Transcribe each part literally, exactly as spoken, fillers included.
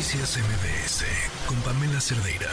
Noticias M V S con Pamela Cerdeira.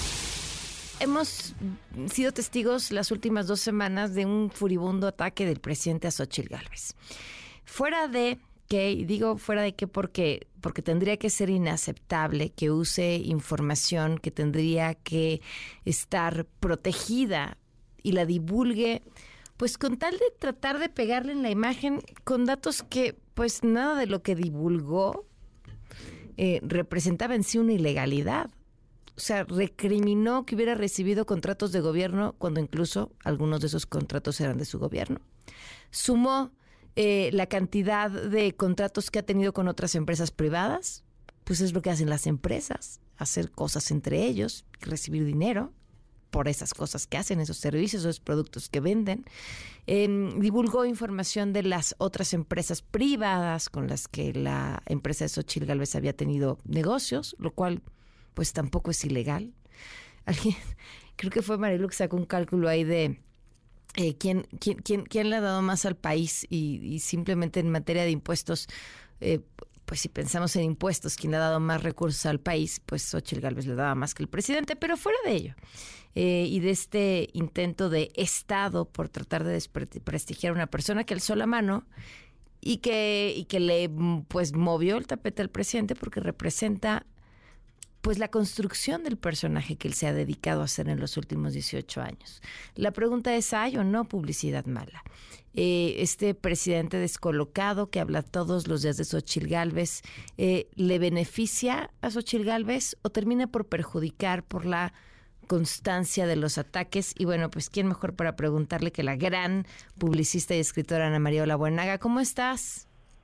Hemos sido testigos las últimas dos semanas de un furibundo ataque del presidente a Xóchitl Gálvez. Fuera de que, y digo fuera de que porque, porque tendría que ser inaceptable que use información que tendría que estar protegida y la divulgue, pues con tal de tratar de pegarle en la imagen con datos que pues nada de lo que divulgó eh, representaba en sí una ilegalidad. O sea, recriminó que hubiera recibido contratos de gobierno cuando incluso algunos de esos contratos eran de su gobierno. Sumó eh, la cantidad de contratos que ha tenido con otras empresas privadas, pues es lo que hacen las empresas, hacer cosas entre ellos, recibir dinero por esas cosas que hacen, esos servicios, esos productos que venden. Eh, divulgó información de las otras empresas privadas con las que la empresa de Xóchitl Gálvez había tenido negocios, lo cual pues tampoco es ilegal. Alguien, creo que fue Marilu que sacó un cálculo ahí de eh, quién, quién, quién, quién le ha dado más al país y, y simplemente en materia de impuestos, eh, pues si pensamos en impuestos, quién le ha dado más recursos al país, pues Xóchitl Gálvez le daba más que el presidente, pero fuera de ello. Eh, y de este intento de Estado por tratar de desprestigiar a una persona que alzó la mano y que, y que le pues movió el tapete al presidente porque representa pues la construcción del personaje que él se ha dedicado a hacer en los últimos dieciocho años. La pregunta es, ¿hay o no publicidad mala? Eh, este presidente descolocado que habla todos los días de Xóchitl Gálvez, eh, ¿le beneficia a Xóchitl Gálvez o termina por perjudicar por la constancia de los ataques? Y bueno, pues ¿quién mejor para preguntarle que la gran publicista y escritora Ana María Olabuenaga? ¿Cómo estás?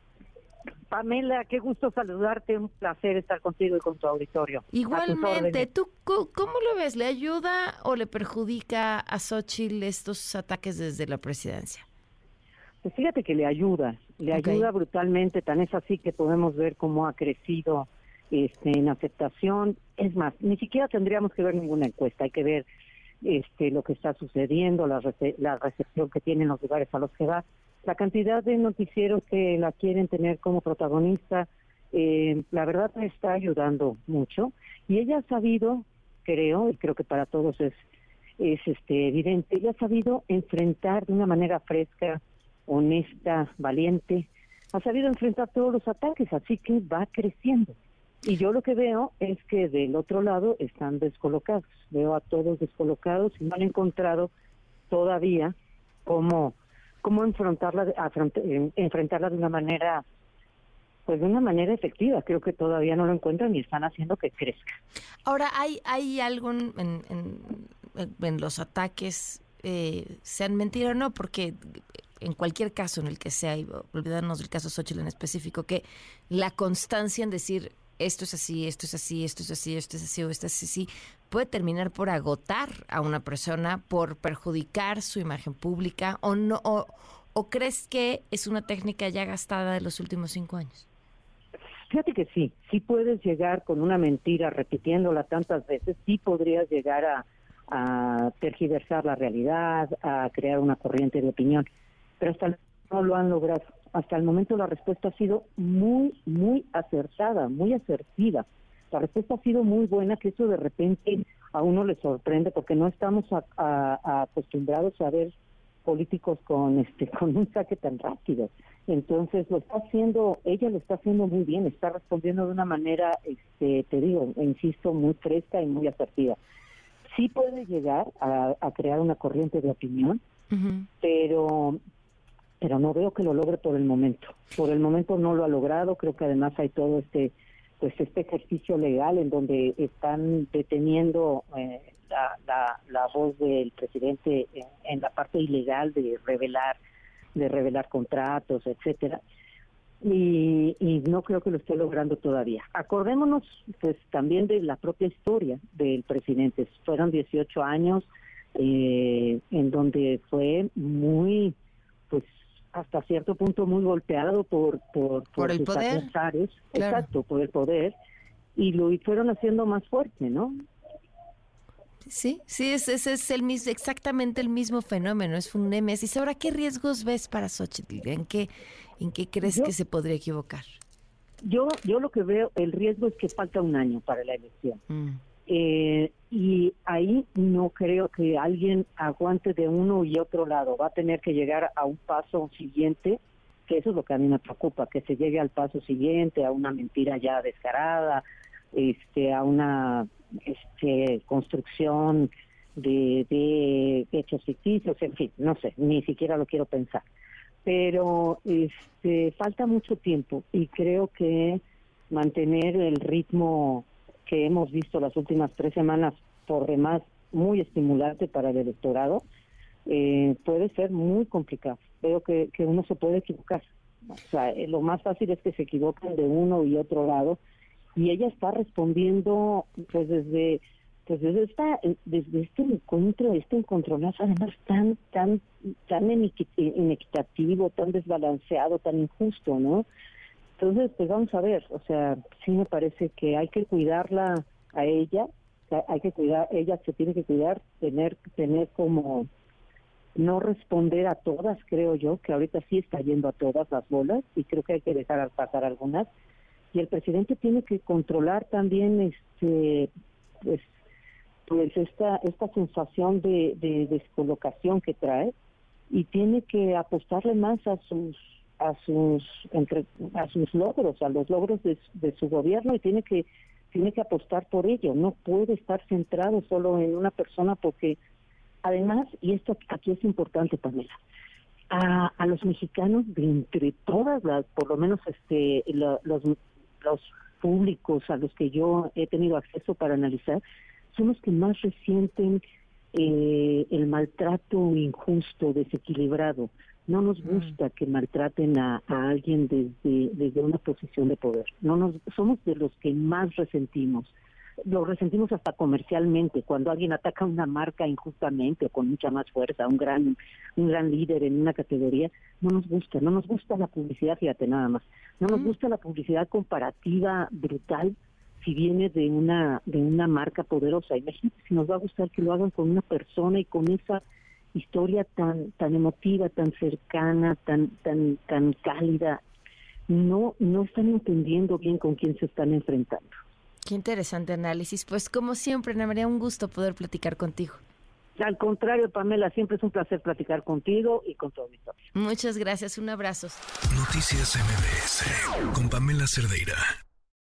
Pamela, qué gusto saludarte, un placer estar contigo y con tu auditorio. Igualmente, ¿tú cómo lo ves? ¿Le ayuda o le perjudica a Xóchitl estos ataques desde la presidencia? Pues fíjate que le ayuda, le okay. ayuda brutalmente, tan es así que podemos ver cómo ha crecido este, en aceptación. Es más, ni siquiera tendríamos que ver ninguna encuesta, hay que ver este, lo que está sucediendo, la, rece- la recepción que tienen los lugares a los que va. La cantidad de noticieros que la quieren tener como protagonista, eh, la verdad me está ayudando mucho. Y ella ha sabido, creo, y creo que para todos es, es este evidente, ella ha sabido enfrentar de una manera fresca, honesta, valiente, ha sabido enfrentar todos los ataques, así que va creciendo. Y yo lo que veo es que del otro lado están descolocados. Veo a todos descolocados y no han encontrado todavía cómo... cómo enfrentarla, enfrentarla de una manera, pues de una manera efectiva. Creo que todavía no lo encuentran y están haciendo que crezca. Ahora, ¿hay hay algo en, en, en los ataques, eh, sean mentira o no? Porque en cualquier caso en el que sea, y olvidarnos del caso Xóchitl en específico, que la constancia en decir esto es así, esto es así, esto es así, esto es así, o esto es así, puede terminar por agotar a una persona, por perjudicar su imagen pública, o no, o, o crees que es una técnica ya gastada de los últimos cinco años? Fíjate que sí, sí puedes llegar con una mentira, repitiéndola tantas veces, sí podrías llegar a, a tergiversar la realidad, a crear una corriente de opinión, pero hasta no lo han logrado. Hasta el momento la respuesta ha sido muy, muy acertada, muy asertiva. La respuesta ha sido muy buena, que eso de repente a uno le sorprende porque no estamos a, a, a acostumbrados a ver políticos con este con un saque tan rápido. Entonces lo está haciendo, ella lo está haciendo muy bien, está respondiendo de una manera, este te digo, insisto, muy fresca y muy asertiva. Sí puede llegar a, a crear una corriente de opinión, uh-huh. pero... pero no veo que lo logre por el momento. Por el momento no lo ha logrado, creo que además hay todo este pues este ejercicio legal en donde están deteniendo eh, la, la, la voz del presidente en, en la parte ilegal de revelar de revelar contratos, etcétera. Y, y no creo que lo esté logrando todavía. Acordémonos pues también de la propia historia del presidente. Fueron dieciocho años eh, en donde fue muy pues hasta cierto punto muy golpeado por por, por, por el sus poder. adversarios, Claro. Exacto, por el poder, y lo fueron haciendo más fuerte, ¿no? Sí, sí, ese es, es el mismo, exactamente el mismo fenómeno, es un némesis. Ahora, ¿qué riesgos ves para Xóchitl? ¿En qué, en qué crees Yo, que se podría equivocar? yo, yo lo que veo, el riesgo es que falta un año para la elección. Mm. Eh, y ahí no creo que alguien aguante de uno y otro lado. Va a tener que llegar a un paso siguiente, que eso es lo que a mí me preocupa, que se llegue al paso siguiente, a una mentira ya descarada, este, a una este, construcción de, de hechos ficticios, en fin, no sé, ni siquiera lo quiero pensar. Pero este, falta mucho tiempo y creo que mantener el ritmo que hemos visto las últimas tres semanas, por demás muy estimulante para el electorado, eh, puede ser muy complicado. Veo que, que uno se puede equivocar. O sea, eh, lo más fácil es que se equivoquen de uno y otro lado, y ella está respondiendo pues desde pues desde esta desde este encuentro, este encontronazo además tan tan tan inequitativo, tan desbalanceado, tan injusto, ¿no? Entonces, pues vamos a ver, o sea, sí me parece que hay que cuidarla a ella, hay que cuidar, ella se tiene que cuidar, tener tener como no responder a todas, creo yo, que ahorita sí está yendo a todas las bolas, y creo que hay que dejar pasar algunas, y el presidente tiene que controlar también este pues pues esta esta sensación de, de descolocación que trae, y tiene que apostarle más a sus a sus entre a sus logros, a los logros de, de su gobierno, y tiene que tiene que apostar por ello. No puede estar centrado solo en una persona, porque además, y esto aquí es importante, Pamela, a, a los mexicanos, de entre todas las, por lo menos este la, los los públicos a los que yo he tenido acceso para analizar, son los que más resienten eh, el maltrato injusto, desequilibrado. No nos gusta que maltraten a, a alguien desde, desde una posición de poder. No nos somos de los que más resentimos. Lo resentimos hasta comercialmente, cuando alguien ataca una marca injustamente o con mucha más fuerza, un gran un gran líder en una categoría. No nos gusta, no nos gusta la publicidad, fíjate nada más. No nos gusta la publicidad comparativa brutal si viene de una de una marca poderosa. Imagínate si nos va a gustar que lo hagan con una persona y con esa historia tan tan emotiva, tan cercana, tan tan tan cálida. No no están entendiendo bien con quién se están enfrentando. Qué interesante análisis. Pues como siempre, Ana María, un gusto poder platicar contigo. Al contrario, Pamela, siempre es un placer platicar contigo y con tu auditorio. Muchas gracias, un abrazo. Noticias M B S con Pamela Cerdeira.